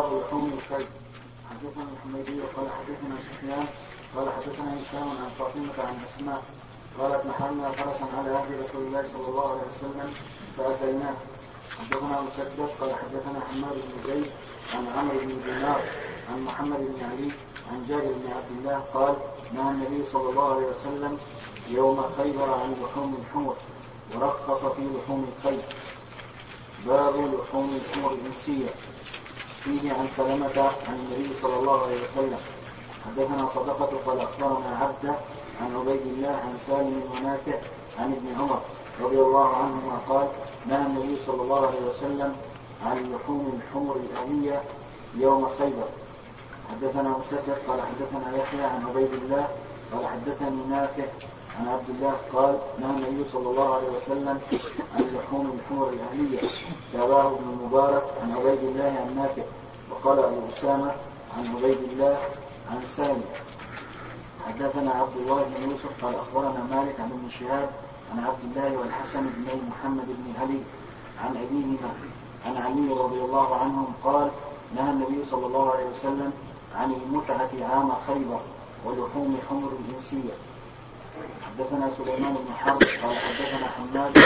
باب لحوم الكلب. حدثنا الحميدي قال حدثنا سفيان قال حدثنا هشام عن فاطمة عن أسماء قالت نحرنا فرسا على عهد رسول الله صلى الله عليه وسلم فأتيناه. حدثنا مسدد قال حدثنا حماد بن زيد عن عمرو بن دينار عن محمد بن علي عن جابر بن عبد الله قال نهى النبي صلى الله عليه وسلم يوم خيبر عن لحوم الحمر ورخص في لحوم الخيل. باب لحوم الحمر الإنسية. فيه عن سلمة عن النبي صلى الله عليه وسلم. حدثنا صدقة قال أخبرنا عبده عن عبيد الله عن سالم ونافع عن ابن عمر رضي الله عنهما قال نهى النبي صلى الله عليه وسلم عن لحوم الحمر الأهلية يوم خيبر. حدثنا مسدد قال حدثنا يحيى عن عبيد الله قال حدثني نافع عن عبد الله قال نهى النبي صلى الله عليه وسلم عن لحوم الحمر الأهلية. تابعه ابن المبارك عن عبيد الله عن نافع وقال أبو أسامة عن عبيد الله عن سالم. حدثنا عبد الله بن يوسف قال أخبرنا مالك عن ابن شهاب عن عبد الله والحسن بن محمد بن علي عن أبيهما عن علي رضي الله عنهم قال نهى النبي صلى الله عليه وسلم عن المتعة عام خيبر ولحوم حمر الإنسية. حدثنا سليمان بن حرب قال حدثنا حماد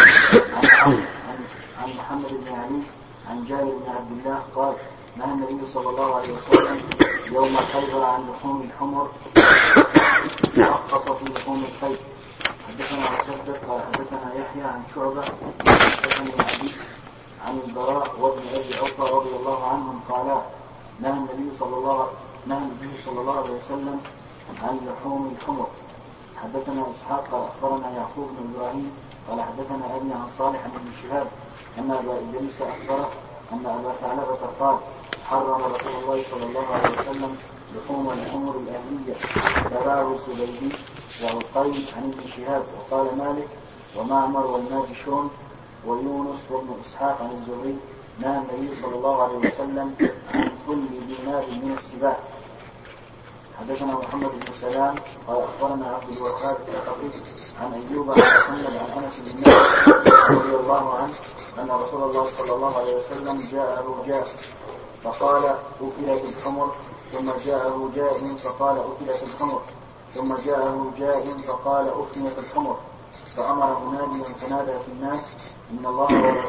عن محمد بن علي عن جابر بن عبد الله قال نهى النبي صلى الله عليه وسلم يوم خيبر عن لحوم الحمر ورخص في لحوم الخيل. حدثنا مسدد قال حدثنا يحيى عن شعبة حدثني عبيد عن البراء وابن أبي أوفى رضي الله عنهم قالا نهى النبي صلى الله عليه وسلم عن لحوم الحمر. حدثنا إسحاق قال أخبرنا يعقوب بن إبراهيم قال حدثنا أبي عن صالح بن شهاب أن أبا إدريس أخبره أن أبا ثعلبة قال حرم رسول الله صلى الله عليه وسلم لحوم الحمر الأهلية. تبعه الزبيدي وعقيل عن ابن شهاب وقال مالك ومعمر والناجشون ويونس وابن إسحاق عن الزهري نهى النبي صلى الله عليه وسلم عن كل دينار من السباع. حدثنا محمد بن سلام قال أخبرنا عبد الوهاب الثقفي عن أيوب عن محمد عن أنس بن مالك رضي الله عنه أن رسول الله صلى الله عليه وسلم جاء فقال أكلت الحمر ثم جاءه جاء فقال أكلت الحمر ثم جاءه جاء فقال أفنيت الحمر فأمر مناديا فنادى في الناس إن الله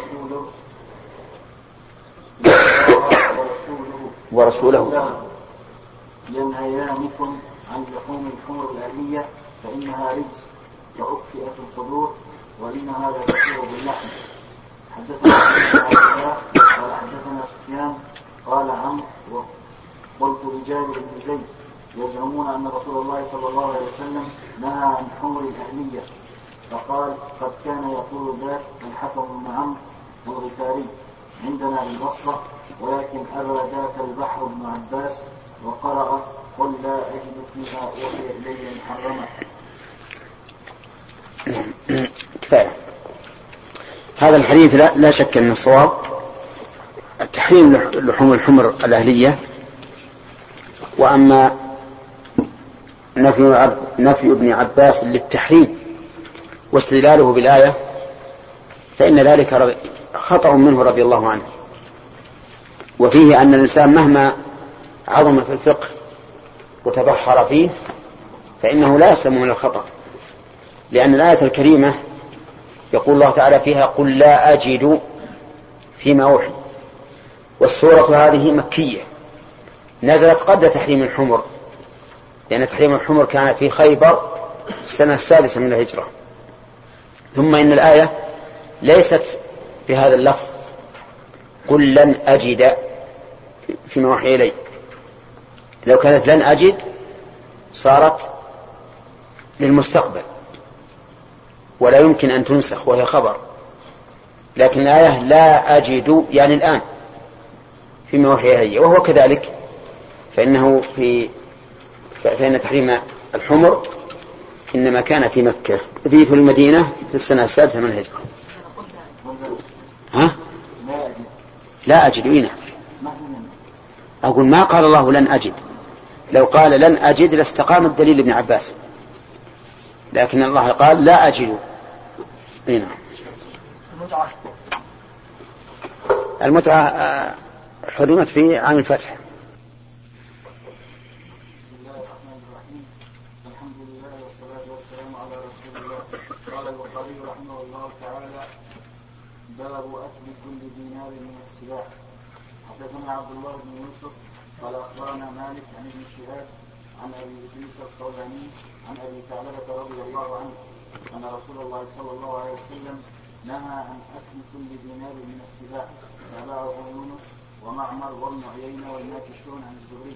ورسوله ينهيانكم عن لحوم الحمر الأهلية فإنها رجس وأكفئت الصدور وإنها لا تسير باللحم. حدثنا قال حدثنا سفيان قال عمرو وقلت لجابر بن زيد يزعمون أن رسول الله صلى الله عليه وسلم نهى عن حمر الأهلية فقال قد كان يقول ذاك الحكم بن عمرو الغفاري عندنا بالبصرة ولكن أبى ذاك البحر بن عباس وقرأ قل لا أجد فيها أوحي إلي محرمة. كفاية. هذا الحديث لا شك أن الصواب تحريم لحوم الحمر الأهلية. وأما نفي ابن عباس للتحريم واستدلاله بالآية فإن ذلك خطأ منه رضي الله عنه. وفيه أن الإنسان مهما عظم في الفقه وتبحر فيه فإنه لا يسلم من الخطأ، لأن الآية الكريمة يقول الله تعالى فيها قل لا أجد فيما أوحي، والسورة هذه مكية نزلت قبل تحريم الحمر، لأن تحريم الحمر كان في خيبر السنة 6 من الهجرة. ثم إن الآية ليست بهذا اللفظ قل لن أجد فيما أوحي إلي، لو كانت لن أجد صارت للمستقبل ولا يمكن أن تنسخ وهي خبر، لكن الآية لا أجد يعني الآن فيما أوحي إلي، وهو كذلك فإن تحريم الحمر إنما كان في مكة في المدينة في السنة 6 من الهجرة. ها؟ لا أجد إينا أقول ما قال الله لن أجد، لو قال لن أجد لاستقام الدليل ابن عباس، لكن الله قال لا أجد إينا. المتعة حرمت في عام الفتح. بسم الله الرحمن الرحيم. الحمد لله والصلاة والسلام على رسول الله. قال البخاري رحمه الله تعالى: باب أكل كل دينار من السباع. حدثنا عبد الله بن يوسف قال أخبرنا مالك عن ابن شهاب عن أبي إدريس الخولاني عن أبي ثعلبة رضي الله عنه أن رسول الله صلى الله عليه وسلم نهى عن أكل كل دينار من السباع. تابعه يونس ومعمر وابن عيينة والماكشون عن الزهري.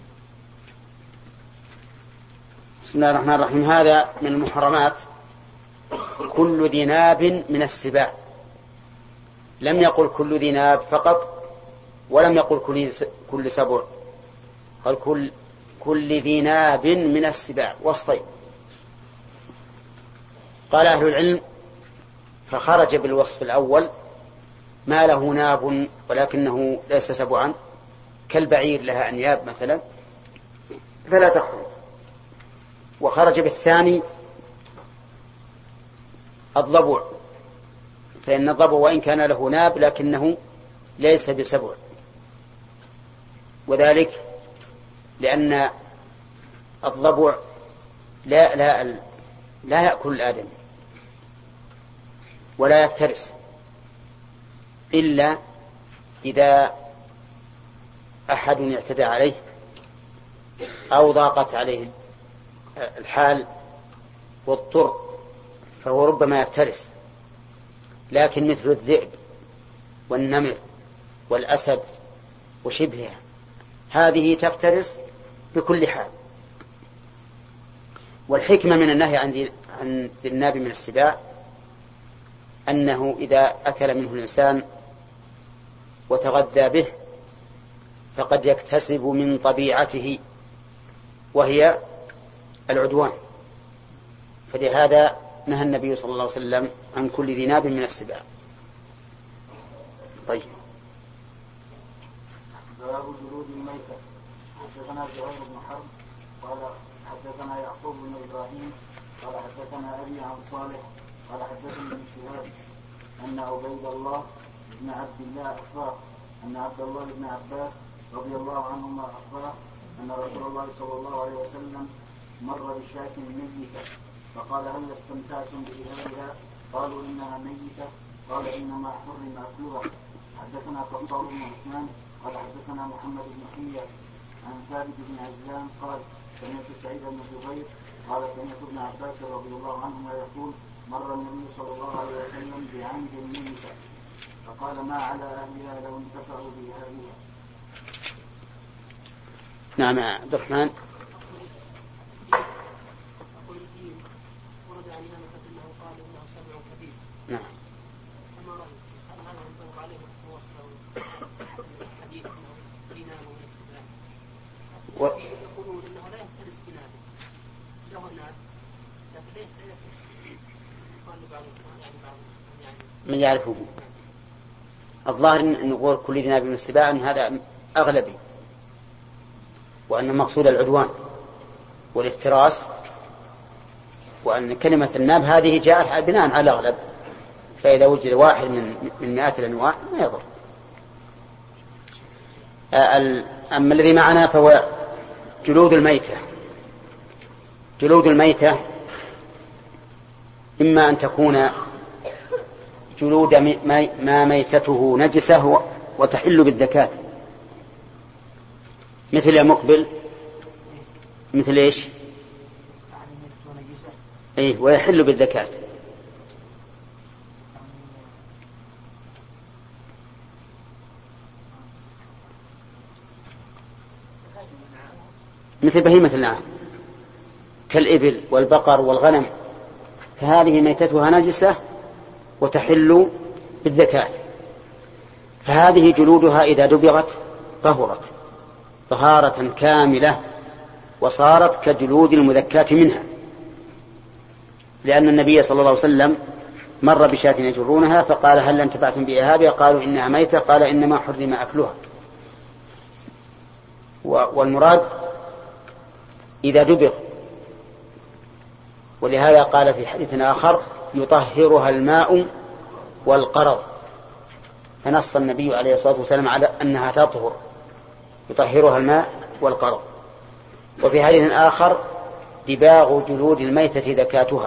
بسم الله الرحمن الرحيم. هذا من المحرمات كل ذي ناب من السباع. لم يقل كل ذي ناب فقط، ولم يقل كل سبع، قال كل ذي ناب من السباع، وصفين. قال أهل العلم فخرج بالوصف الأول ما له ناب ولكنه ليس سبعا، كالبعير لها أنياب مثلا فلا تخرج. وخرج بالثاني الضبع، فإن الضبع وإن كان له ناب لكنه ليس بسبع، وذلك لأن الضبع لا يأكل الآدم ولا يفترس إلا إذا أحد اعتدى عليه أو ضاقت عليه الحال واضطر، فهو ربما يفترس. لكن مثل الذئب والنمر والأسد وشبهها هذه تفترس بكل حال. والحكمة من النهي عن الناب من السباع أنه إذا أكل منه الإنسان وتغذى به فقد يكتسب من طبيعته وهي العدوان، فلهذا نهى النبي صلى الله عليه وسلم عن كل ذي ناب من السباع. طيب. باب جلود الميتة. حدثنا زهير بن حرب قال حدثنا يعقوب بن إبراهيم قال حدثنا أبي عن صالح قال حدثني ابن شهاب أن عبيد الله بن عبد الله أخبره أن عبد الله بن عباس رضي الله عنهما أخبره أن رسول الله صلى الله عليه وسلم مر بشاة ميتة فقال: هل استمتعتم بإهابها؟ قالوا: إنها ميتة. قال: إنما حرم أكلها. حدثنا قطار بن عثمان قال حدثنا محمد بن حية عن ثابت بن عجلان قال: سمعت سعيد بن جبير قال: سمعت ابن عباس رضي الله عنهما يقول: مر النبي صلى الله عليه وسلم بعند ميتة فقال: ما على أهلها لو انتفعوا بإهابها. نعم يا عبد الرحمن. نعم. يقولون انه لا يفترس بنابه له الناب لكن ليس من يعرفه. الظاهر ان نقول كل ذي ناب من السباع ان هذا اغلبي، وان المقصود العدوان والافتراس، وان كلمه الناب هذه جاءت بناء على الاغلب، فاذا وجد واحد من مئات الانواع ما يضر. اما الذي معنا فهو جلود الميتة. جلود الميتة إما أن تكون جلود ما ميتته نجسة وتحل بالذكاة، مثل يا مقبل، مثل إيش؟ إيه، ويحل بالذكاة. مثل بهيمة الأنعام كالإبل والبقر والغنم، فهذه ميتتها نجسة وتحل بالذكاة، فهذه جلودها إذا دبغت طهرت طهارة كاملة وصارت كجلود المذكاة منها، لأن النبي صلى الله عليه وسلم مر بشاة يجرونها فقال: هل انتفعتم بإهابها؟ قالوا: إنها ميتة. قال: إنما حرم أكلها. والمراد إذا دبغ، ولهذا قال في حديث آخر: يطهرها الماء والقرض، فنص النبي عليه الصلاة والسلام على أنها تطهر يطهرها الماء والقرض. وفي حديث آخر دباغ جلود الميتة ذكاتها،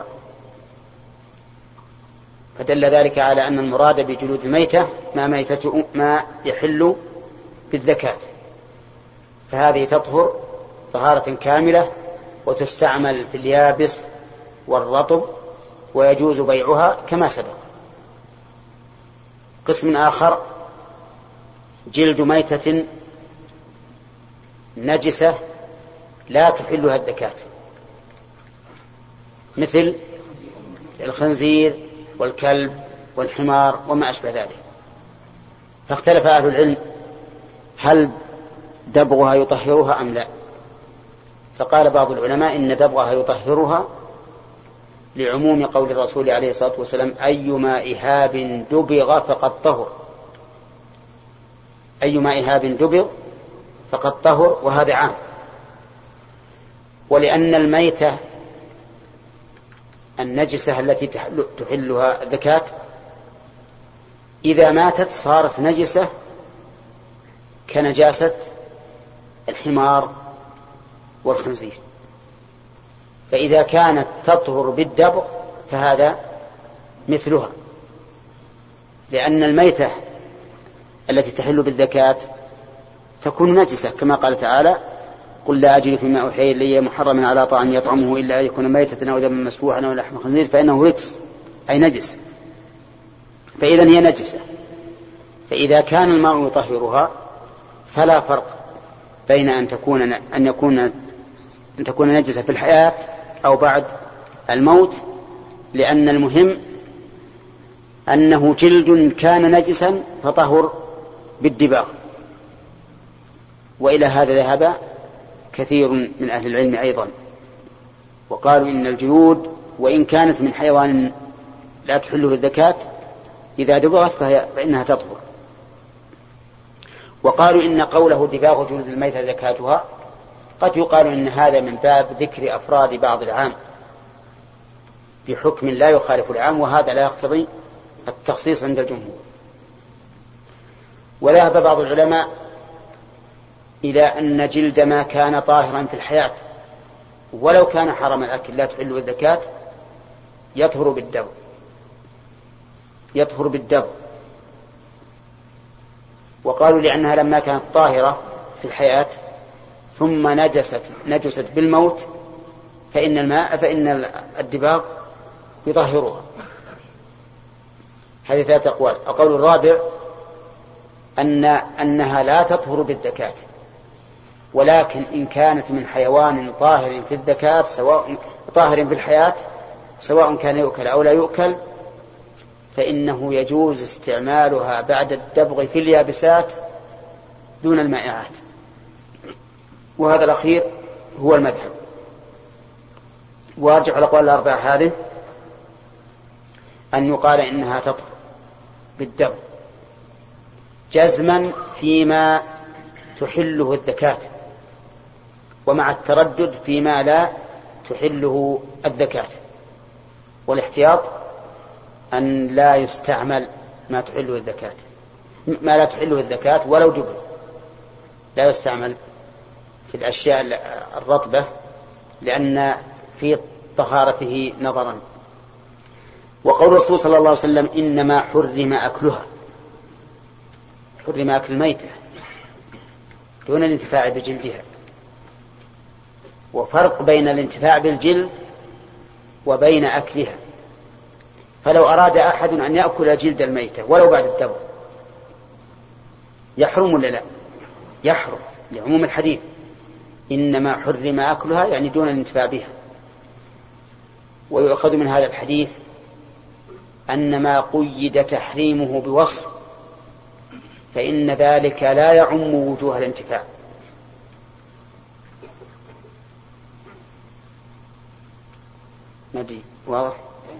فدل ذلك على أن المراد بجلود الميتة ما يحل بالذكاة، فهذه تطهر طهارة كاملة وتستعمل في اليابس والرطب ويجوز بيعها كما سبق. قسم آخر جلد ميتة نجسة لا تحلها الذكاة، مثل الخنزير والكلب والحمار وما أشبه ذلك. فاختلف أهل العلم هل دبغها يطهرها أم لا. فقال بعض العلماء إن دبغها يطهرها لعموم قول الرسول عليه الصلاة والسلام أيما إهاب دبغ فقد طهر، أيما إهاب دبغ فقد طهر، وهذا عام. ولأن الميتة النجسة التي تحلها الذكاة إذا ماتت صارت نجسة كنجاسة الحمار والخنزير، فإذا كانت تطهر بالدبغ فهذا مثلها، لأن الميتة التي تحل بالذكاة تكون نجسة كما قال تعالى قل لا أجد فيما أوحي إلي محرما على طاعم يطعمه إلا أن يكون ميتة أو دما مسفوحا أو لحم خنزير فإنه رجس أي نجس، فإذا هي نجسة. فإذا كان الماء يطهرها فلا فرق بين أن تكون نجسة في الحياة أو بعد الموت، لأن المهم أنه جلد كان نجسا فطهر بالدباغ. وإلى هذا ذهب كثير من أهل العلم أيضا، وقالوا إن الجلود وإن كانت من حيوان لا تحله الذكاة إذا دبغت فإنها تطهر. وقالوا إن قوله دباغ جلود الميتة زكاتها قد يقال إن هذا من باب ذكر أفراد بعض العام بحكم لا يخالف العام، وهذا لا يقتضي التخصيص عند الجمهور. وذهب بعض العلماء إلى أن جلد ما كان طاهرا في الحياة ولو كان حرم الأكل لا تحل الذكاة يطهر بالدبغ. وقالوا لأنها لما كانت طاهرة في الحياة ثم نجست بالموت فإن الدباغ يطهرها. هذه 3 أقوال. القول الرابع أنها لا تطهر بالذكاة، ولكن إن كانت من حيوان طاهر في الذكاة طاهر في الحياة سواء كان يؤكل أو لا يؤكل فإنه يجوز استعمالها بعد الدبغ في اليابسات دون المائعات. وهذا الأخير هو المذهب. وارجع الأقوال الأربعة هذه أن يقال إنها تطهر بالدبغ جزما فيما تحله الذكاة، ومع التردد فيما لا تحله الذكاة، والاحتياط أن لا يستعمل ما لا تحله الذكاة ولو دبغ، لا يستعمل في الأشياء الرطبة لأن في طهارته نظرا. وقول الرسول صلى الله عليه وسلم إنما حرم أكلها، حرم أكل الميتة دون الانتفاع بجلدها. وفرق بين الانتفاع بالجلد وبين أكلها، فلو أراد أحد أن يأكل جلد الميتة ولو بعد الدبغ يحرم ولا لا؟ يحرم لعموم الحديث إنما حرم أكلها يعني دون الانتفاع بها. ويؤخذ من هذا الحديث أن ما قيد تحريمه بوصف فإن ذلك لا يعم وجوه الانتفاع. مدري واضح؟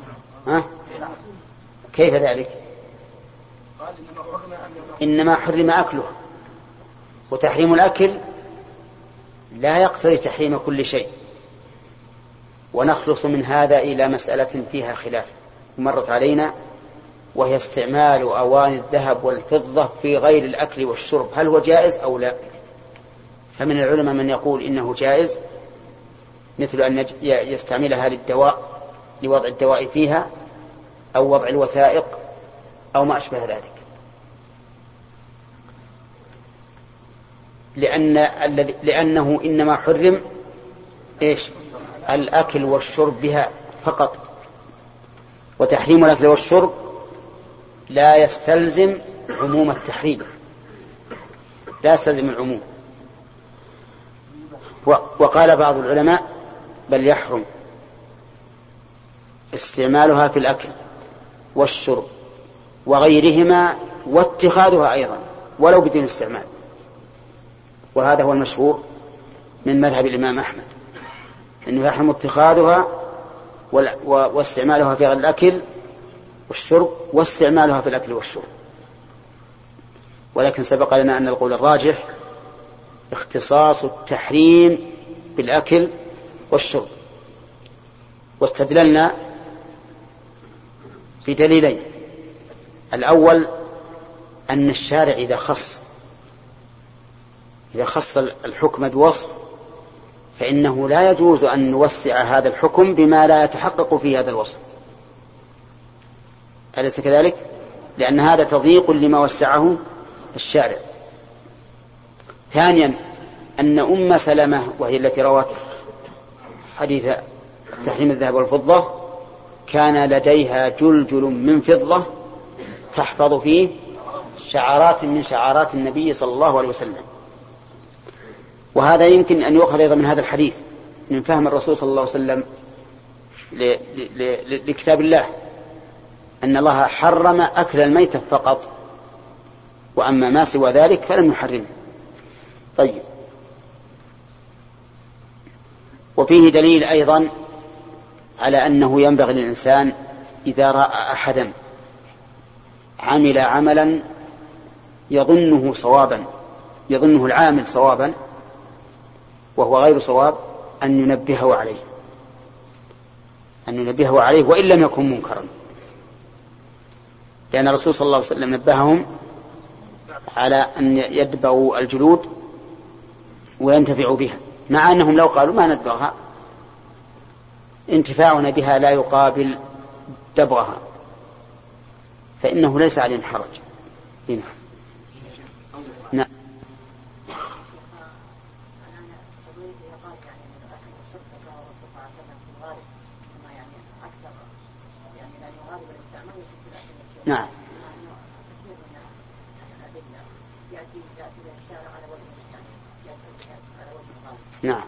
كيف ذلك؟ إنما حرم أكله، وتحريم الأكل لا يقتضي تحريم كل شيء. ونخلص من هذا إلى مسألة فيها خلاف مرت علينا، وهي استعمال أواني الذهب والفضة في غير الأكل والشرب، هل هو جائز أو لا؟ فمن العلماء من يقول إنه جائز، مثل أن يستعملها للدواء، لوضع الدواء فيها أو وضع الوثائق أو ما أشبه ذلك، لأنه إنما حرم إيش؟ الأكل والشرب بها فقط، وتحريم الأكل والشرب لا يستلزم عموم التحريم، لا يستلزم العموم. وقال بعض العلماء بل يحرم استعمالها في الأكل والشرب وغيرهما واتخاذها أيضا ولو بدون استعمال، وهذا هو المشهور من مذهب الإمام أحمد، أنه يحرم اتخاذها واستعمالها في الأكل والشرب واستعمالها في الأكل والشرب. ولكن سبق لنا أن القول الراجح اختصاص التحريم بالأكل والشرب، واستدللنا بدليلين: الأول أن الشارع إذا خص الحكم بوصف فإنه لا يجوز أن نوسع هذا الحكم بما لا يتحقق في هذا الوصف، أليس كذلك؟ لأن هذا تضييق لما وسعه الشارع. ثانيا أن أم سلمة وهي التي روت حديث تحريم الذهب والفضة كان لديها جلجل من فضة تحفظ فيه شعارات من شعارات النبي صلى الله عليه وسلم. وهذا يمكن أن يؤخذ أيضا من هذا الحديث من فهم الرسول صلى الله عليه وسلم لكتاب الله، أن الله حرم أكل الميتة فقط، وأما ما سوى ذلك فلم يحرمه. طيب، وفيه دليل أيضا على أنه ينبغي للإنسان إذا رأى أحدا عمل عملا يظنه صوابا، يظنه العامل صوابا وهو غير صواب، أن ينبهه عليه وإن لم يكن منكرا، لأن الرسول صلى الله عليه وسلم نبههم على أن يدبغوا الجلود وينتفعوا بها، مع أنهم لو قالوا ما ندبغها انتفاعنا بها لا يقابل دبغها فإنه ليس عليهم حرج. هنا نعم. نعم. نعم.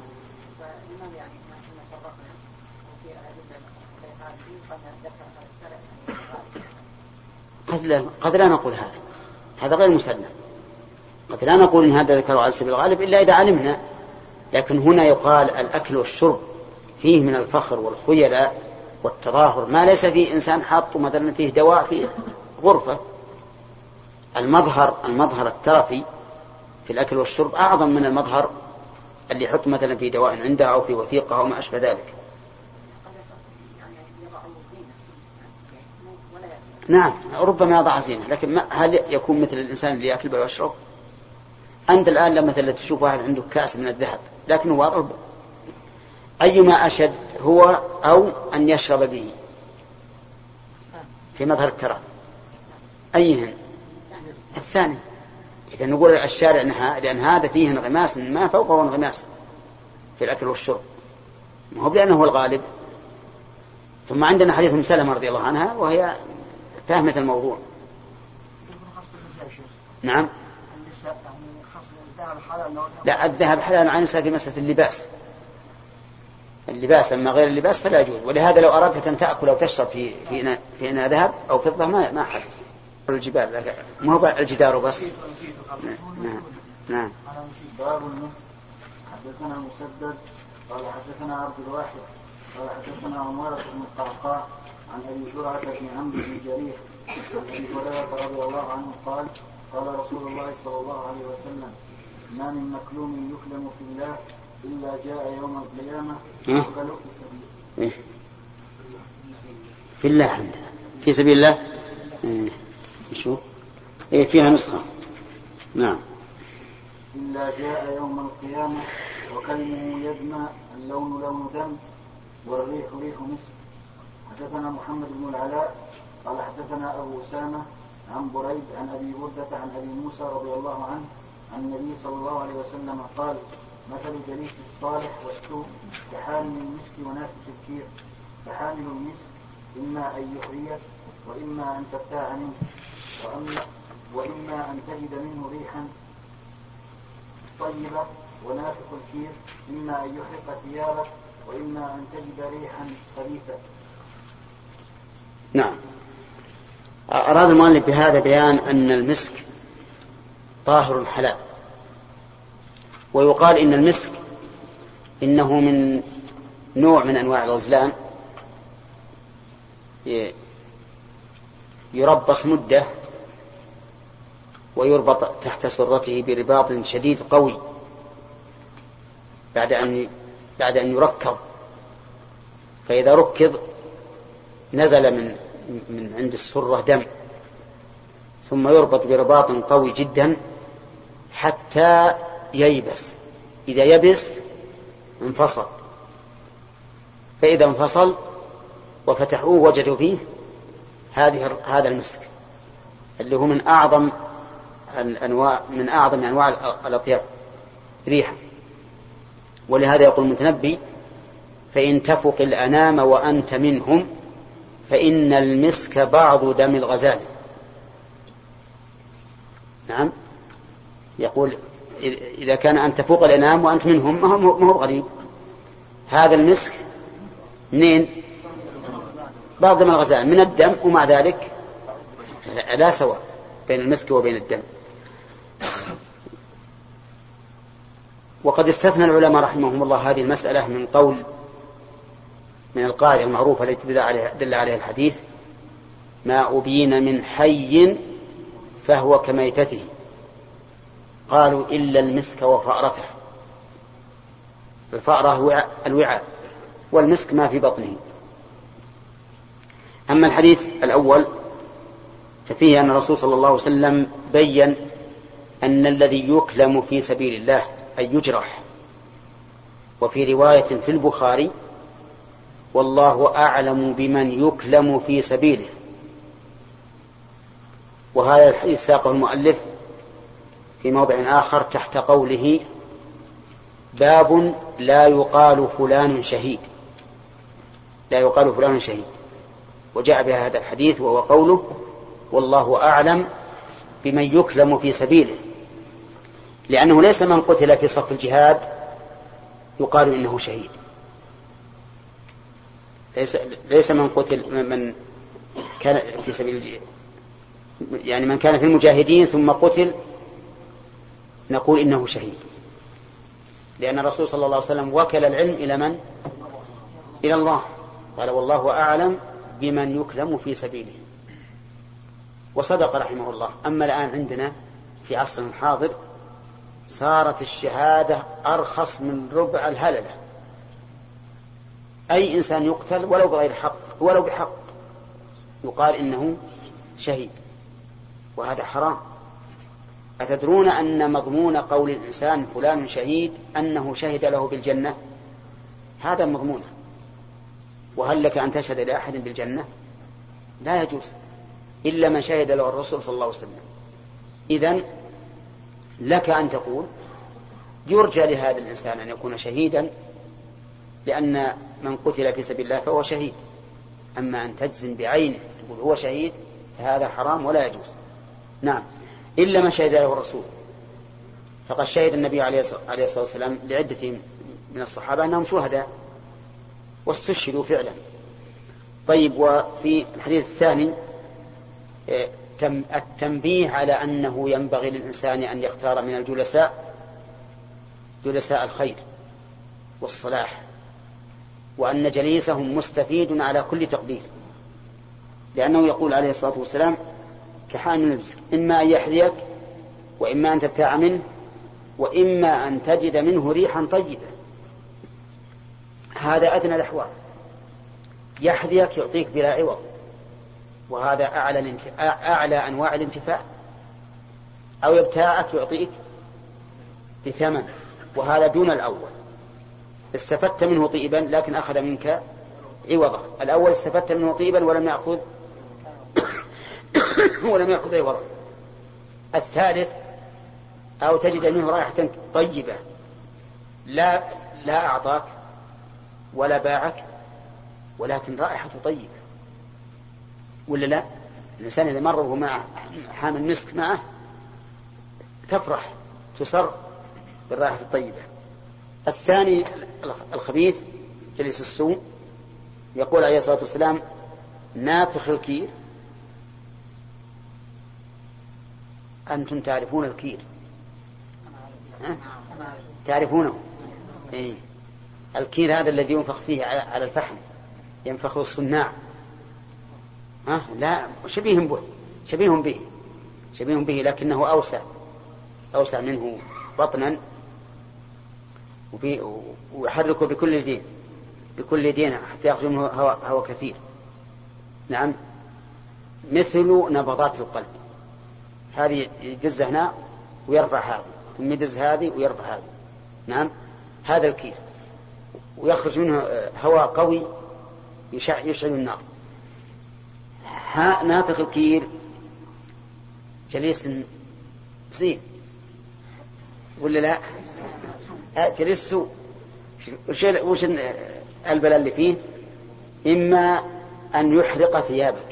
قد لا نقول هذا غير مسلم، قد لا نقول إن هذا ذكره على سبيل الغالب إلا إذا علمنا. لكن هنا يقال الأكل والشرب فيه من الفخر والخيلاء والتظاهر ما ليس فيه إنسان حاط مثلا فيه دواء في غرفة. المظهر الترفي في الأكل والشرب أعظم من المظهر اللي يحط مثلا في دواء عنده أو في وثيقة أو ما أشبه ذلك. نعم، ربما يضع زينة، لكن هل يكون مثل الإنسان اللي يأكل ويشرب؟ أنت الآن لما مثلا تشوف واحد عنده كأس من الذهب لكنه واضح، أيما أشد هو أو أن يشرب به في مظهر الترف؟ أيهن؟ الثاني. إذا نقول الشارع نهى لأن هذا فيه انغماس ما فوقه انغماس في الأكل والشرب، ما هو لأنه هو الغالب. ثم عندنا حديث أم سلمة رضي الله عنها وهي فهمت الموضوع. نعم. لا، الذهب حلال عن في مسألة اللباس، أما غير اللباس فلا يجوز. ولهذا لو أردت أن تأكل أو تشرب في إناء ذهب أو فضة ما حل الجبال، ما هو الجدار بس. نعم. باب النصف. حدثنا مسدد قال حدثنا عبد الواحد قال حدثنا عمارة بن القعقاع عن أبي زرعة بن عمرو بن جريح عن أبي هريرة رضي الله عنه قال قال رسول الله صلى الله عليه وسلم: ما من مكلوم يكلم في الله إلا جاء يوم القيامة يقبل في سبيله. في الله عندنا في سبيل الله. شو فيها نسخة. نعم. إلا جاء يوم القيامة وكلمه يدمى، اللون لون دم، والريح ريح مسك. حدثنا محمد بن العلاء قال حدثنا أبو أسامة عن بريد عن أبي بردة عن أبي موسى رضي الله عنه عن النبي صلى الله عليه وسلم قال: مثل جليس الصالح والسوء كحامل المسك ونافخ الكير. فحامل المسك إما أن يحريك وإما أن تبتاع منه، وإما أن تجد منه ريحا طيبة، ونافخ الكير إما أن يحرق ثيابك وإما أن تجد ريحا خبيثة. نعم. أراد المؤلف بهذا بيان أن المسك طاهر حلال، ويقال إن المسك إنه من نوع من أنواع الغزلان يربص مدة ويربط تحت سرته برباط شديد قوي بعد أن يركض، فإذا ركض نزل من عند السرة دم، ثم يربط برباط قوي جدا حتى ييبس. إذا يبس انفصل، فإذا انفصل وفتحوه وجدوا فيه هذا المسك اللي هو من أعظم أنواع الأطياب ريحا. ولهذا يقول المتنبي: فإن تفق الأنام وأنت منهم فإن المسك بعض دم الغزال. نعم، يقول إذا كان أن تفوق الأنام وأنت منهم ما هو غريب. هذا المسك منين؟ بعض دم الغزال، من الدم، ومع ذلك لا سواء بين المسك وبين الدم. وقد استثنى العلماء رحمهم الله هذه المسألة من القاعدة المعروفة التي دل عليها الحديث: ما أبين من حي فهو كميتته. قالوا إلا المسك وفأرته. الفأرة الوعاء، والمسك ما في بطنه. أما الحديث الأول ففيه أن الرسول صلى الله عليه وسلم بيّن أن الذي يكلم في سبيل الله أي يجرح. وفي رواية في البخاري: والله أعلم بمن يكلم في سبيله. وهذا الحديث ساقه المؤلف في موضع آخر تحت قوله: باب لا يقال فلان شهيد. لا يقال فلان شهيد. وجاء بها هذا الحديث وهو قوله: والله أعلم بمن يكلم في سبيله، لأنه ليس من قتل في صف الجهاد يقال إنه شهيد. ليس من قتل من كان في سبيل الجهاد، يعني من كان في المجاهدين ثم قتل نقول إنه شهيد، لأن الرسول صلى الله عليه وسلم وكل العلم إلى من؟ إلى الله. قال: والله أعلم بمن يكلم في سبيله. وصدق رحمه الله. أما الآن عندنا في عصر الحاضر صارت الشهادة أرخص من ربع الهللة. أي إنسان يقتل ولو بغير حق ولو بحق يقال إنه شهيد، وهذا حرام. أتدرون أن مضمون قول الإنسان فلان شهيد أنه شهد له بالجنة؟ هذا مضمونه. وهل لك أن تشهد لأحد بالجنة؟ لا يجوز إلا من شهد له الرسول صلى الله عليه وسلم. إذن لك أن تقول يرجى لهذا الإنسان أن يكون شهيدا لأن من قتل في سبيل الله فهو شهيد. أما أن تجزم بعينه تقول هو شهيد فهذا حرام ولا يجوز. نعم، إلا من شهد له الرسول. فقد شهد النبي عليه الصلاة والسلام لعدة من الصحابة أنهم شهداء واستشهدوا فعلا. طيب، وفي الحديث الثاني التنبيه على أنه ينبغي للإنسان أن يختار من الجلساء جلساء الخير والصلاح، وأن جليسهم مستفيد على كل تقدير، لأنه يقول عليه الصلاة والسلام كحامل المسك: إما أن يحذيك وإما أن تبتاع منه وإما أن تجد منه ريحا طيبة. هذا أدنى الأحوال. يحذيك يعطيك بلا عوض، وهذا أعلى أنواع الانتفاع. أو يبتاعك يعطيك بثمن، وهذا دون الأول. استفدت منه طيبا لكن أخذ منك عوضا. الأول استفدت منه طيبا ولم يأخذ عوضا. الثالث أو تجد منه رائحة طيبة لا أعطاك ولا باعك، ولكن رائحة طيبة، ولا لا؟ الإنسان إذا مر وهو مع حامل مسك معه تفرح تسر بالرائحة الطيبة. الثاني الخبيث جليس السوء، يقول عليه الصلاة والسلام نافخ الكير. أنتم تعرفون الكير؟ تعرفونه؟ إيه؟ الكير هذا الذي ينفخ فيه على الفحم، ينفخه الصناع. لا، شبيه به لكنه أوسع منه بطنا، ويحركه بكل دين حتى يخرج منه هواء كثير. نعم، مثل نبضات القلب، هذه يدز هنا ويرفع هذه، ثم يدز هذه ويرفع هذه. نعم، هذا الكير، ويخرج منه هواء قوي يشعل النار. نافخ الكير جليس زين ولا لا؟ جليس سوء. وش البلاء اللي فيه؟ إما أن يحرق ثيابك.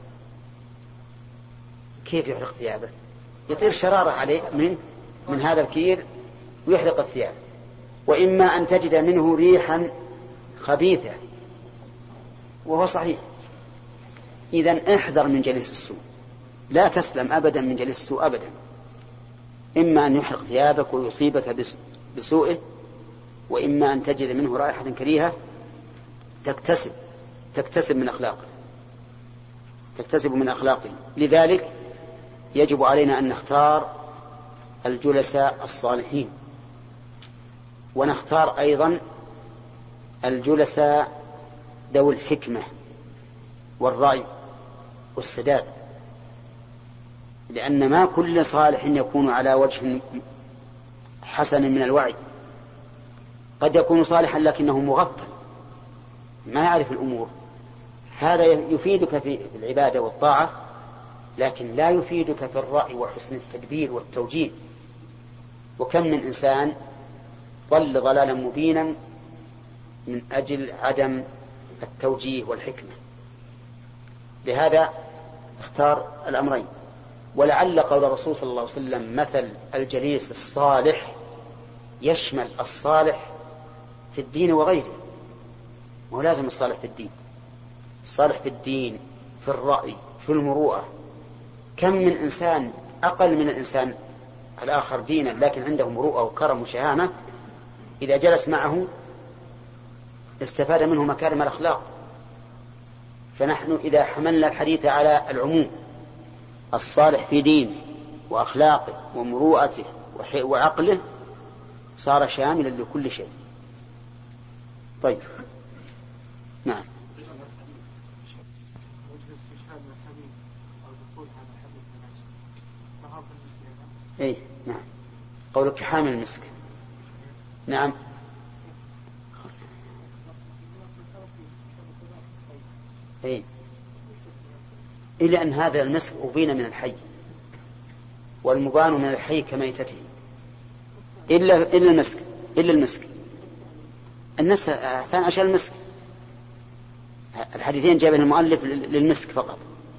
كيف يحرق ثيابك؟ يطير شرارة عليه من هذا الكير ويحرق الثياب. وإما أن تجد منه ريحا خبيثة، وهو صحيح. إذن احذر من جليس السوء، لا تسلم أبدا من جليس السوء أبدا. إما أن يحرق ثيابك ويصيبك بسوءه، وإما أن تجد منه رائحة كريهة تكتسب من أخلاقه. لذلك يجب علينا أن نختار الجلساء الصالحين، ونختار أيضا الجلساء ذوي الحكمة والرأي والسداد، لأن ما كل صالح يكون على وجه حسن من الوعي. قد يكون صالحا لكنه مغفل ما يعرف الأمور، هذا يفيدك في العبادة والطاعة، لكن لا يفيدك في الرأي وحسن التدبير والتوجيه. وكم من إنسان ضل ضلالا مبينا من أجل عدم التوجيه والحكمة. لهذا اختار الأمرين. ولعل قول الرسول صلى الله عليه وسلم مثل الجليس الصالح يشمل الصالح في الدين وغيره، وهو لازم الصالح في الدين، الصالح في الدين، في الرأي، في المروءة. كم من إنسان أقل من الإنسان الآخر دينا لكن عنده مروءة وكرم وشهامة، إذا جلس معه استفاد منه مكارم الأخلاق. فنحن إذا حملنا الحديث على العموم، الصالح في دينه وأخلاقه ومروءته وعقله صار شاملا لكل شيء. طيب، نعم. اي نعم، قولك حامل المسك. نعم، اي، إلا أن هذا المسك أبين من الحي، والمبان من الحي كميتته، إلا المسك. النفس ثاني أشياء المسك. الحديثين جابه المؤلف للمسك فقط.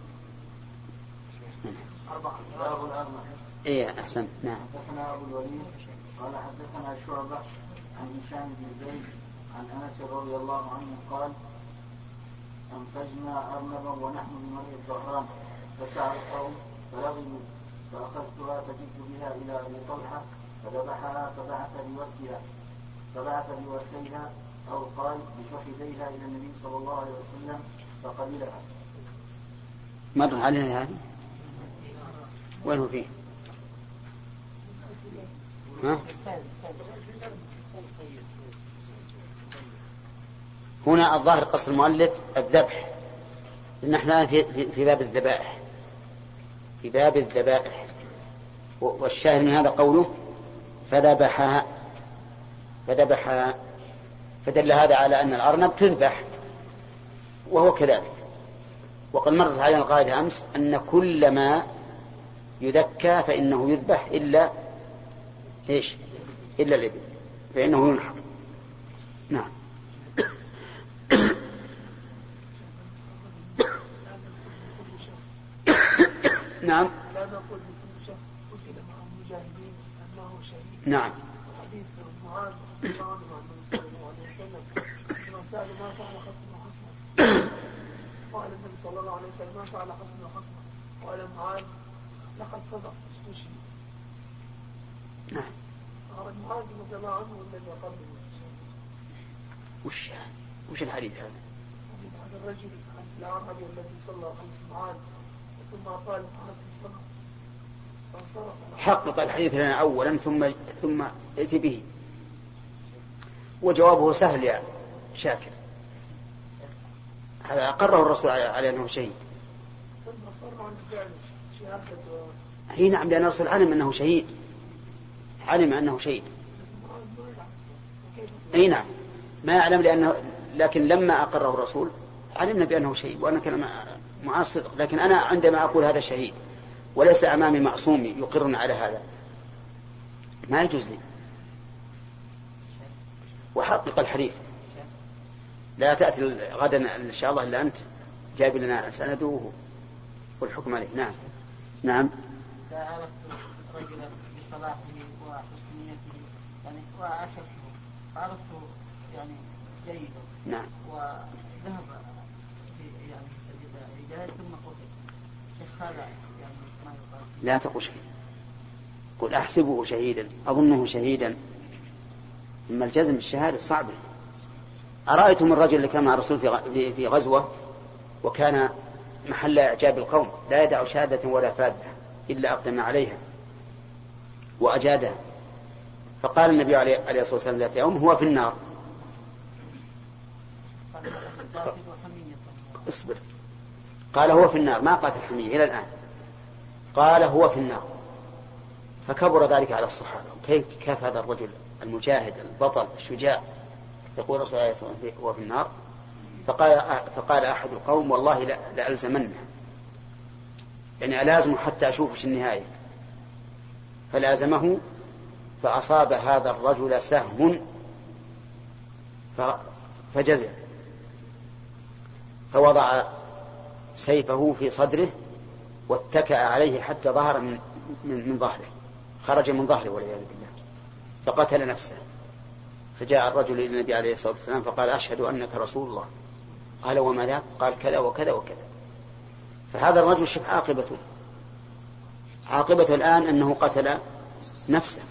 إيه أحسن. نعم. حدثنا أبو الوليد قال حدثنا شعبة عن هشام بن زيد عن أنس رضي الله عنه قال أنفجنا أرنبا ونحن بمرء الظهران فسعى القوم فلغموا فأخذتها فجئت بها إلى أبي طلحة فذبحها فبعث بوسيلها أو قال بفخذيها إلى النبي صلى الله عليه وسلم فقبلها. مر علينا هذه؟ وين هو فيه؟ هنا الظاهر قصد المؤلف الذبح، نحن في باب الذبائح، والشاهد من هذا قوله فذبحها فدل هذا على أن الأرنب تذبح، وهو كذلك. وقد مرت علينا القاعدة أمس أن كل ما يذكى فإنه يذبح إلا إيش؟ إلا الإبل فإنه ينحر. نعم. نعم. لا نقول لكل شخص قتل مع المجاهدين أنه شهيد. نعم. حديث معاذ رضي الله عنه عن النبي صلى الله عليه وسلم لما سأل ما فعل خصم وخصمه قال النبي صلى الله عليه وسلم ما فعل خصم وخصمه قال معاذ لقد صدق استشهد. نعم. قال معاذ رضي الله عنه الذي قبله وش الحديث هذا؟ هذا الرجل الأعرابي الذي صلى خلف معاذ ثم قال معاذ صدق فانصرف. حقق الحديث لنا أولا ثم ائت به. وجوابه سهل يا شاكر. هذا أقره الرسول على أنه شهيد. هي نعم، لأن الرسول علم أنه شهيد، علم أنه شهيد. أي نعم، ما يعلم لأنه، لكن لما أقره الرسول علمنا بأنه شهيد وأنا كان معاه صدق. لكن أنا عندما أقول هذا شهيد وليس أمامي معصوم يقرنا على هذا ما يجوز لي. وحقق الحديث. لا تأتي غدا إن شاء الله إلا أنت جايب لنا سنده والحكم عليه. نعم. نعم. إذا عرفت رجلا بصلاحه وحسن نيته يعني وعاشرته عرفته يعني جيدا. نعم. وذهب في يعني سبيل الجهاد ثم قتل. شيخ هذا يعني ما يقال. لا تقل شيء. قل أحسبه شهيدا، أظنه شهيدا. أما الجزم الشهادة صعبة. أرأيتم الرجل اللي كان مع الرسول في غزوة وكان محل إعجاب القوم، لا يدع شهادة ولا فادة إلا أقدم عليها وأجادها، فقال النبي عليه الصلاة والسلام ذات يوم هو في النار. اصبر. قال هو في النار، ما قالت الحمية إلى الآن، قال هو في النار. فكبر ذلك على الصحابة. كيف هذا الرجل المجاهد البطل الشجاع يقول الرسول عليه الصلاة والسلام هو في النار؟ فقال أحد القوم والله لألزمنه، يعني ألازمه حتى أشوفش النهاية. فلازمه فأصاب هذا الرجل سهم فجزع، فوضع سيفه في صدره واتكأ عليه حتى ظهر من ظهره، خرج من ظهره والعياذ بالله، فقتل نفسه. فجاء الرجل إلى النبي عليه الصلاة والسلام فقال أشهد أنك رسول الله. قال وما ذاك؟ قال كذا وكذا وكذا. فهذا الرجل شوف عاقبته الآن أنه قتل نفسه.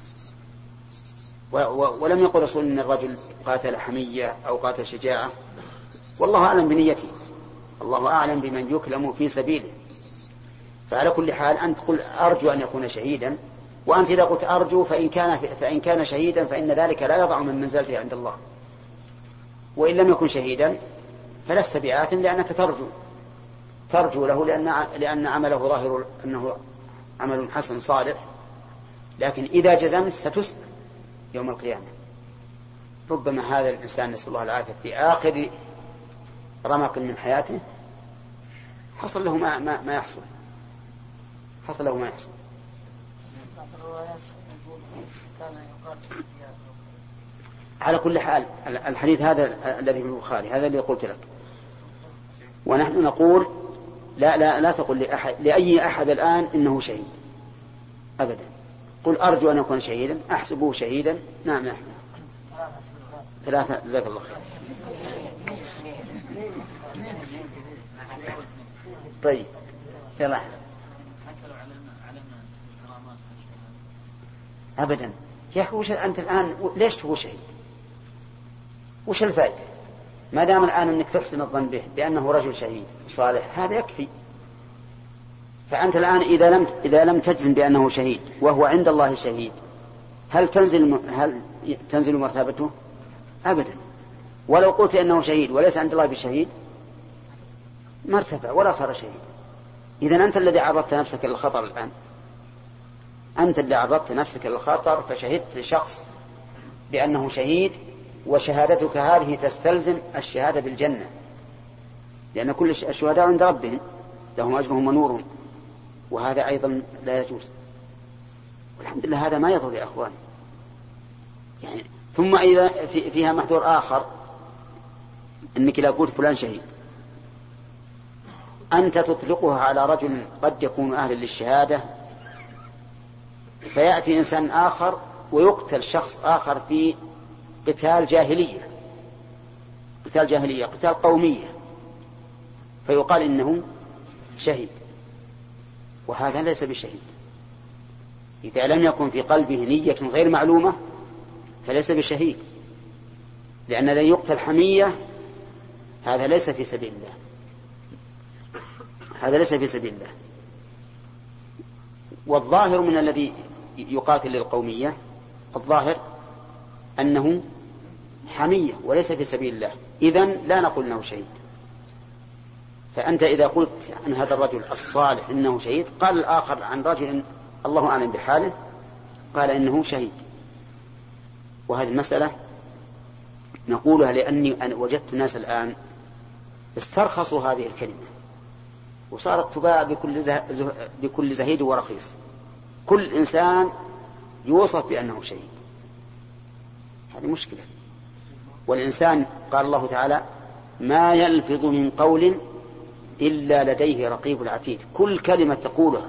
ولم يقل رسول إن الرجل قاتل حمية أو قاتل شجاعة، والله أعلم بنيته، الله أعلم بمن يكلم في سبيله. فعلى كل حال أنت قل أرجو أن يكون شهيدا، وأنت إذا قلت أرجو فإن كان شهيدا فإن ذلك لا يضع من منزلته عند الله. وإن لم يكن شهيدا فلست بآثم لأنك ترجو له لأن عمله ظاهر أنه عمل حسن صالح. لكن إذا جزمت ستسأل يوم القيامة. ربما هذا الإنسان نسأل الله العافية في آخر رمق من حياته حصل له ما يحصل، حصل له ما يحصل. على كل حال الحديث هذا الذي في البخاري هذا اللي قلت لك. ونحن نقول لا تقل لأي أحد الآن إنه شهيد أبدا. قل أرجو أن يكون شهيدا، أحسبه شهيدا. نعم يا أحمد. 3 جزاك الله خير. طيب يلا. أبدا يا أخي، وش أنت الآن ليش تقول شهيد؟ وش الفائدة؟ ما دام الآن أنك تحسن الظن به بأنه رجل شهيد صالح هذا يكفي. فأنت الآن إذا لم تجزم بأنه شهيد وهو عند الله شهيد، هل تنزل مرتبته؟ أبدا. ولو قلت أنه شهيد وليس عند الله بشهيد ما ارتفع ولا صار شهيد. إذن أنت الذي عرضت نفسك للخطر الآن. أنت اللي عرضت نفسك للخطر فشهدت شخص بأنه شهيد، وشهادتك هذه تستلزم الشهادة بالجنة، لأن كل الشهداء عند ربهم لهم أجرهم ونورهم، وهذا أيضا لا يجوز. والحمد لله هذا ما يضر يا أخوان. يعني ثم إذا فيها محذور آخر، أنك لا قلت فلان شهيد، أنت تطلقها على رجل قد يكون أهلا للشهادة، فيأتي إنسان آخر ويقتل شخص آخر في قتال جاهلية، قتال قومية، فيقال إنه شهيد، وهذا ليس بشهيد. إذا لم يكن في قلبه نية غير معلومة فليس بشهيد، لأن الذي يقتل حمية هذا ليس في سبيل الله، هذا ليس في سبيل الله. والظاهر من الذي يقاتل للقومية، الظاهر أنه حمية وليس في سبيل الله، إذن لا نقول أنه شهيد. فأنت إذا قلت عن هذا الرجل الصالح إنه شهيد، قال الآخر عن رجل الله أعلم بحاله قال إنه شهيد. وهذه المسألة نقولها لأني وجدت الناس الآن استرخصوا هذه الكلمة وصارت تباع بكل زهيد ورخيص. كل إنسان يوصف بأنه شهيد، هذه مشكلة. والإنسان قال الله تعالى ما يلفظ من قول إلا لديه رقيب عتيد. كل كلمة تقولها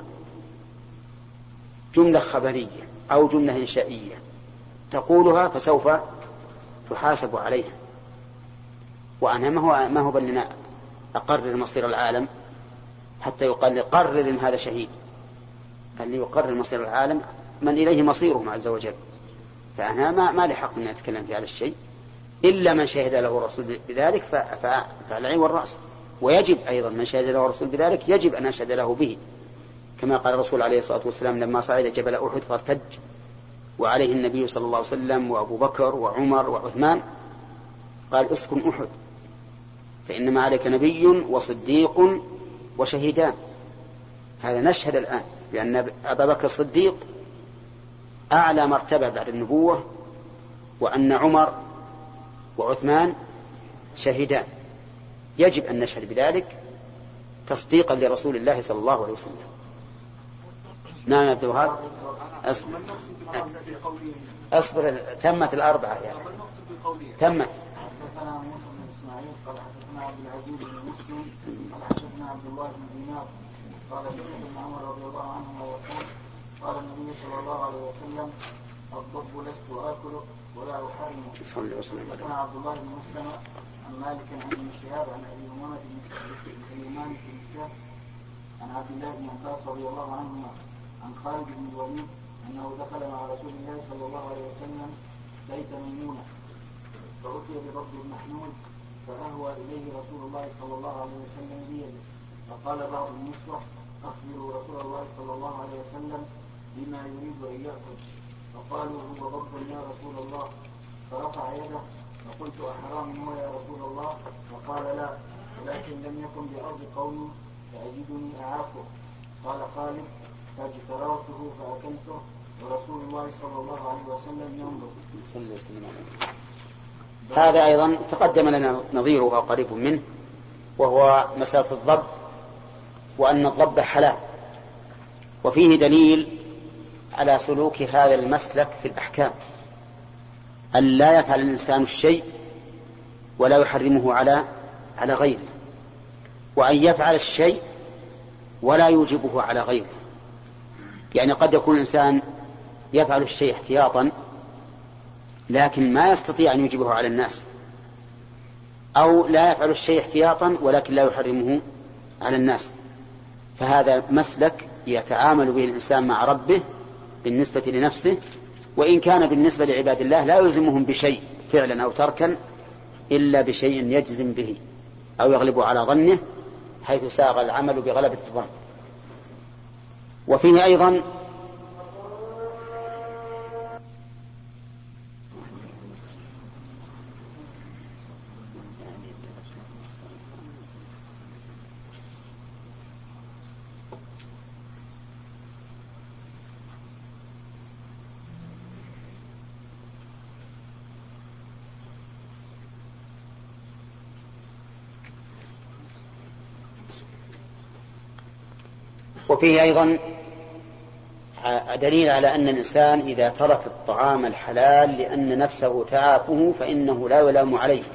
جملة خبرية أو جملة إنشائية تقولها فسوف تحاسب عليها. وأنا ما هو بل لنا أقرر مصير العالم حتى يقال قرر إن هذا شهيد. اللي يقرر مصير العالم من إليه مصيرهم عز وجل. فأنا ما لي حق أن أتكلم في هذا الشيء إلا من شهد له الرسول بذلك فالعين والرأس. ويجب أيضا من شهد له الرسول بذلك يجب أن أشهد له به، كما قال الرسول عليه الصلاة والسلام لما صعد جبل أحد فارتج وعليه النبي صلى الله عليه وسلم وأبو بكر وعمر وعثمان قال اسكن أحد فإنما عليك نبي وصديق وشهيدان. هذا نشهد الآن بأن أبا بكر الصديق أعلى مرتبة بعد النبوة، وأن عمر وعثمان شهيدان. يجب أن نشهد بذلك تصديقا لرسول الله صلى الله عليه وسلم. نعم يا عبد الوهاب أصبر تمت الأربعة يعني. تمت. حدثنا موسى بن إسماعيل قال حدثنا عبد العزيز بن مسلم قال حدثنا عبد الله بن دينار قال سمعت ابن عمر رضي الله عنهما يقول قال النبي صلى الله عليه وسلم الضب لست آكله ولا أحرمه. حدثنا عبد الله بن مسلم عن مالك عن ابن شهاب عن أبي أمامة بن سليمان بن سهل عن عبد الله بن عباس رضي الله عنهما عن خالد بن الوليد أنه دخل مع رسول الله صلى الله عليه وسلم بيت ميمونة فأتي بضب محمول فأهوى إليه رسول الله صلى الله عليه وسلم بيده فقال بعض النسوة أخبروا رسول الله صلى الله عليه وسلم بما يريد أن يأكل فقالوا هو ضب يا رسول الله فرفع يده فقلت أحرام هو يا رسول الله فقال لا ولكن لم يكن بأرض قومي فأجدني أعافه. قال خالد فاجتررته فأكلته ورسول الله صلى الله عليه وسلم ينظر. هذا أيضا تقدم لنا نظيره وقريب منه، وهو مسألة الضب، وأن الضب حلال. وفيه دليل على سلوك هذا المسلك في الأحكام، أن لا يفعل الإنسان الشيء ولا يحرمه على غيره، وأن يفعل الشيء ولا يوجبه على غيره. يعني قد يكون الإنسان يفعل الشيء احتياطا لكن ما يستطيع أن يوجبه على الناس، أو لا يفعل الشيء احتياطا ولكن لا يحرمه على الناس. فهذا مسلك يتعامل به الإنسان مع ربه بالنسبة لنفسه، وإن كان بالنسبة لعباد الله لا يلزمهم بشيء فعلا أو تركا إلا بشيء يجزم به أو يغلب على ظنه، حيث ساغ العمل بغلبة الظن. وفيه أيضا وفيه أيضا دليل على أن الإنسان إذا ترك الطعام الحلال لأن نفسه تعافه فإنه لا يلام عليه.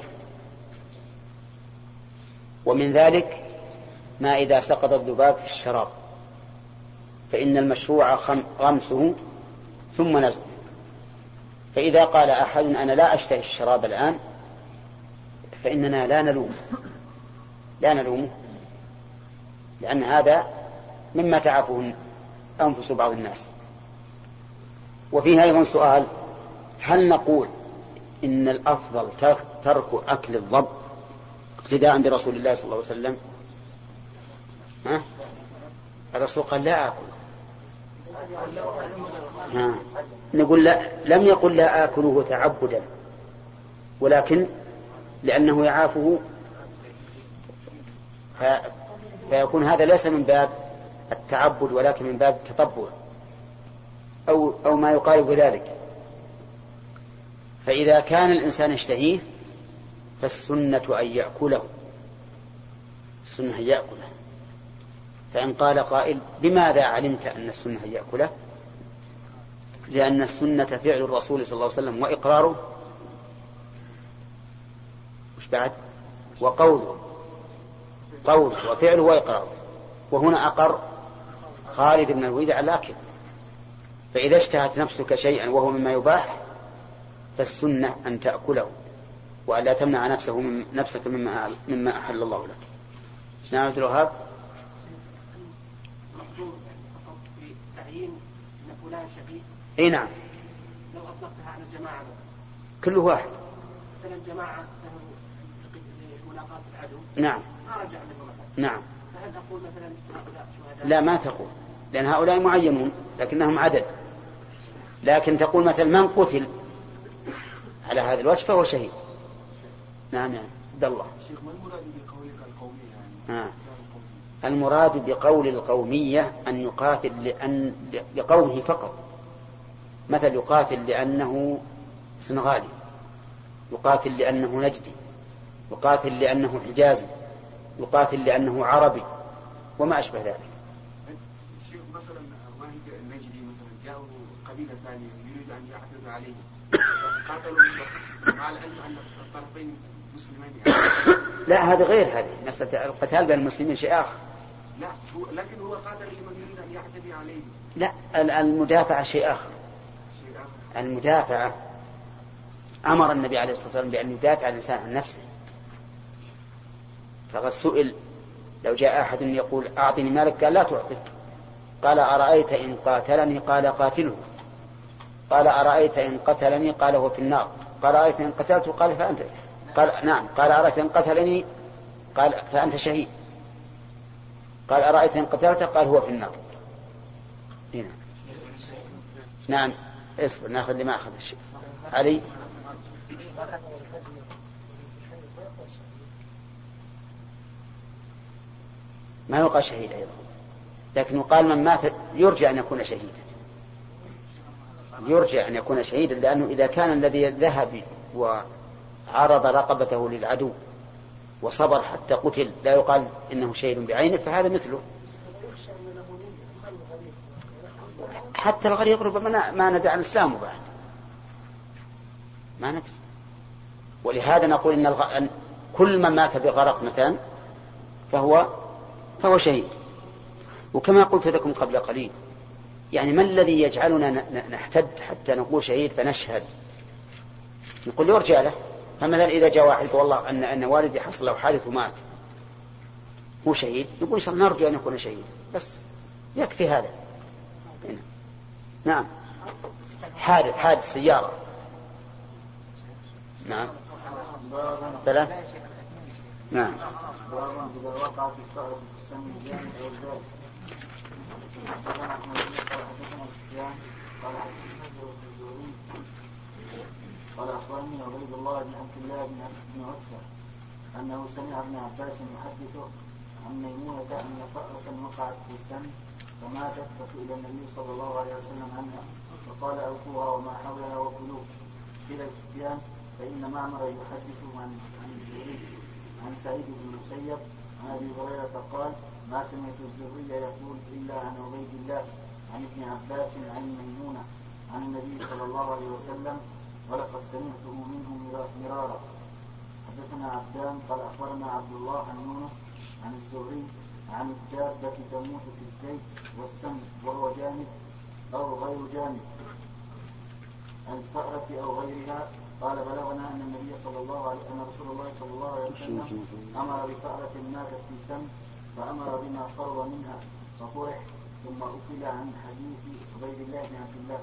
ومن ذلك ما إذا سقط الذباب في الشراب فإن المشروع غمسه ثم نزعه. فإذا قال أحد أنا لا أشتهي الشراب الآن فإننا لا نلومه لأن هذا مما تعافه أنفس بعض الناس. وفيه أيضا سؤال: هل نقول إن الأفضل ترك أكل الضب اقتداء برسول الله صلى الله عليه وسلم؟ الرسول قال لا أكل. نقول لا، لم يقل لا آكله تعبدا، ولكن لأنه يعافه فيكون هذا ليس من باب التعبد ولكن من باب التطبع أو ما يقارب ذلك. فإذا كان الإنسان يشتهيه فالسنة أن يأكله، السنة أن يأكله. فإن قال قائل بماذا علمت أن السنة أن يأكله؟ لأن السنة فعل الرسول صلى الله عليه وسلم وإقراره مش بعد وقوله، قول وفعله وإقراره. وهنا أقر خالد بن الوليد على الأكل. فإذا اشتهت نفسك شيئا وهو مما يباح فالسنة أن تأكله وألا تمنع نفسك مما أحل الله لك. نعم عبد الوهاب. اي نعم، لو اطلقتها على الجماعه كل واحد مثلا الجماعه ملاقاه العدو نعم ما رجع منه مثلا نعم، فهل اقول مثلا هؤلاء شهداء؟ لا ما تقول، لأن هؤلاء معينون لكنهم عدد. لكن تقول مثلا من قتل على هذا الوجه فهو شهيد. نعم يعني عبد الله. شيخ ما المراد بقولك القوميه يعني؟ المراد بقول القومية أن يقاتل لقومه فقط. مثل يقاتل لأنه سنغالي، يقاتل لأنه نجدي، يقاتل لأنه حجازي، يقاتل لأنه عربي وما أشبه ذلك. الشيخ مثلا واحد النجدي مثلا جاءوا قبيلة ثانية يريد أن يعتدوا عليه قاتلوا مع العلم أن الطرفين مسلمين يعني. لا هذا غير، هذه مسألة القتال بين المسلمين شيء آخر. لا لكن هو قاتل لمن يريد أن يعتدي عليه. لا المدافعة شيء آخر. المدافعة أمر النبي عليه الصلاة والسلام بأن يدافع الإنسان عن نفسه. فقد سئل لو جاء أحد يقول أعطني مالك قال لا تعطيه، قال أرأيت إن قاتلني قال قاتله، قال أرأيت إن قتلني قال هو في النار، قال أرأيت إن قتلته قال فأنت، قال نعم، قال أرأيت إن قتلني قال فأنت شهيد، قال أرأيت إن قتلته قال هو في النار. هنا. نعم اصبر ناخذ لما أخذ الشيء علي. ما يقال شهيد أيضا، لكن يقال من مات يرجى أن يكون شهيدا، يرجى أن يكون شهيدا، لأنه إذا كان الذي ذهب وعرض رقبته للعدو وصبر حتى قتل لا يقال إنه شهيد بعينه، فهذا مثله. حتى الغريق ربما ما ندع عن الإسلام بعد ما ندري. ولهذا نقول إن كل من مات بغرق مثلا فهو شهيد. وكما قلت لكم قبل قليل يعني ما الذي يجعلنا نحتد حتى نقول شهيد فنشهد؟ نقول يرجى له. فمثلا إذا جاء واحد والله أن والدي حصل له حادث ومات هو شهيد، نقول إن شاء الله نرجو أن يكون شهيد بس يكفي هذا. نعم حادث سيارة. نعم ثلاث. نعم إذا وقع في الشعر في السن الجامد أو الجاري قال أخبرني عبيد الله بن عبد الله بن عتبة أنه سمع ابن عباس يحدث عن ميمونة أن فأرة وقعت في السن فماتت فسئل النبي صلى الله عليه وسلم عنها فقال أوفوها وما حولها وكلوه. قيل سفيان فإن معمر يحدث عن سعيد بن المسيب عن ابي هريره قال ما سمعت الزهري يقول الا عن عبيد الله عن ابن عباس عن ميمونه عن النبي صلى الله عليه وسلم ولقد سمعته منه مرارا. حدثنا عبدان قال اخبرنا عبد الله عن يونس عن الزهري عن الدابة تموت في الزيت والسمن وهو جامد أو غير جامد الفأرة أو غيرها. قال بلغنا أن النبي صلى الله عليه أن رسول الله صلى الله عليه وسلم أمر بفأرة ماتت في سمن فأمر بما فرض منها فطرح ثم أكل عن حديث عبيد الله بن عبد الله.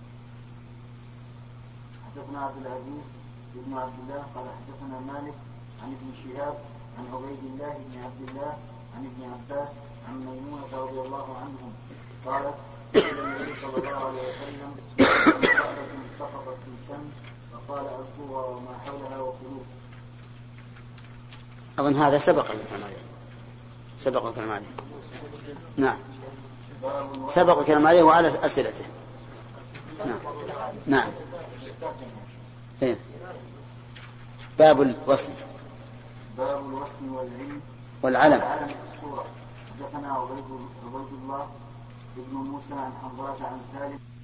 حدثنا عبد العزيز بن عبد الله قال حدثنا مالك عن ابن شهاب عن عبيد الله بن عبد الله عن ابن عباس عن ميمونة رضي الله عنهم قالت قال النبي صلى الله عليه وسلم امرأة سقطت في سم فقال ألقوها وما حولها وكلوه. أظن هذا سبق الكلام عليه. نعم سبق الكلام عليه وعلى أسئلته. نعم. باب الوصل والعلم. حدثنا عبيد الله بن موسى عن حنظلة عن سالم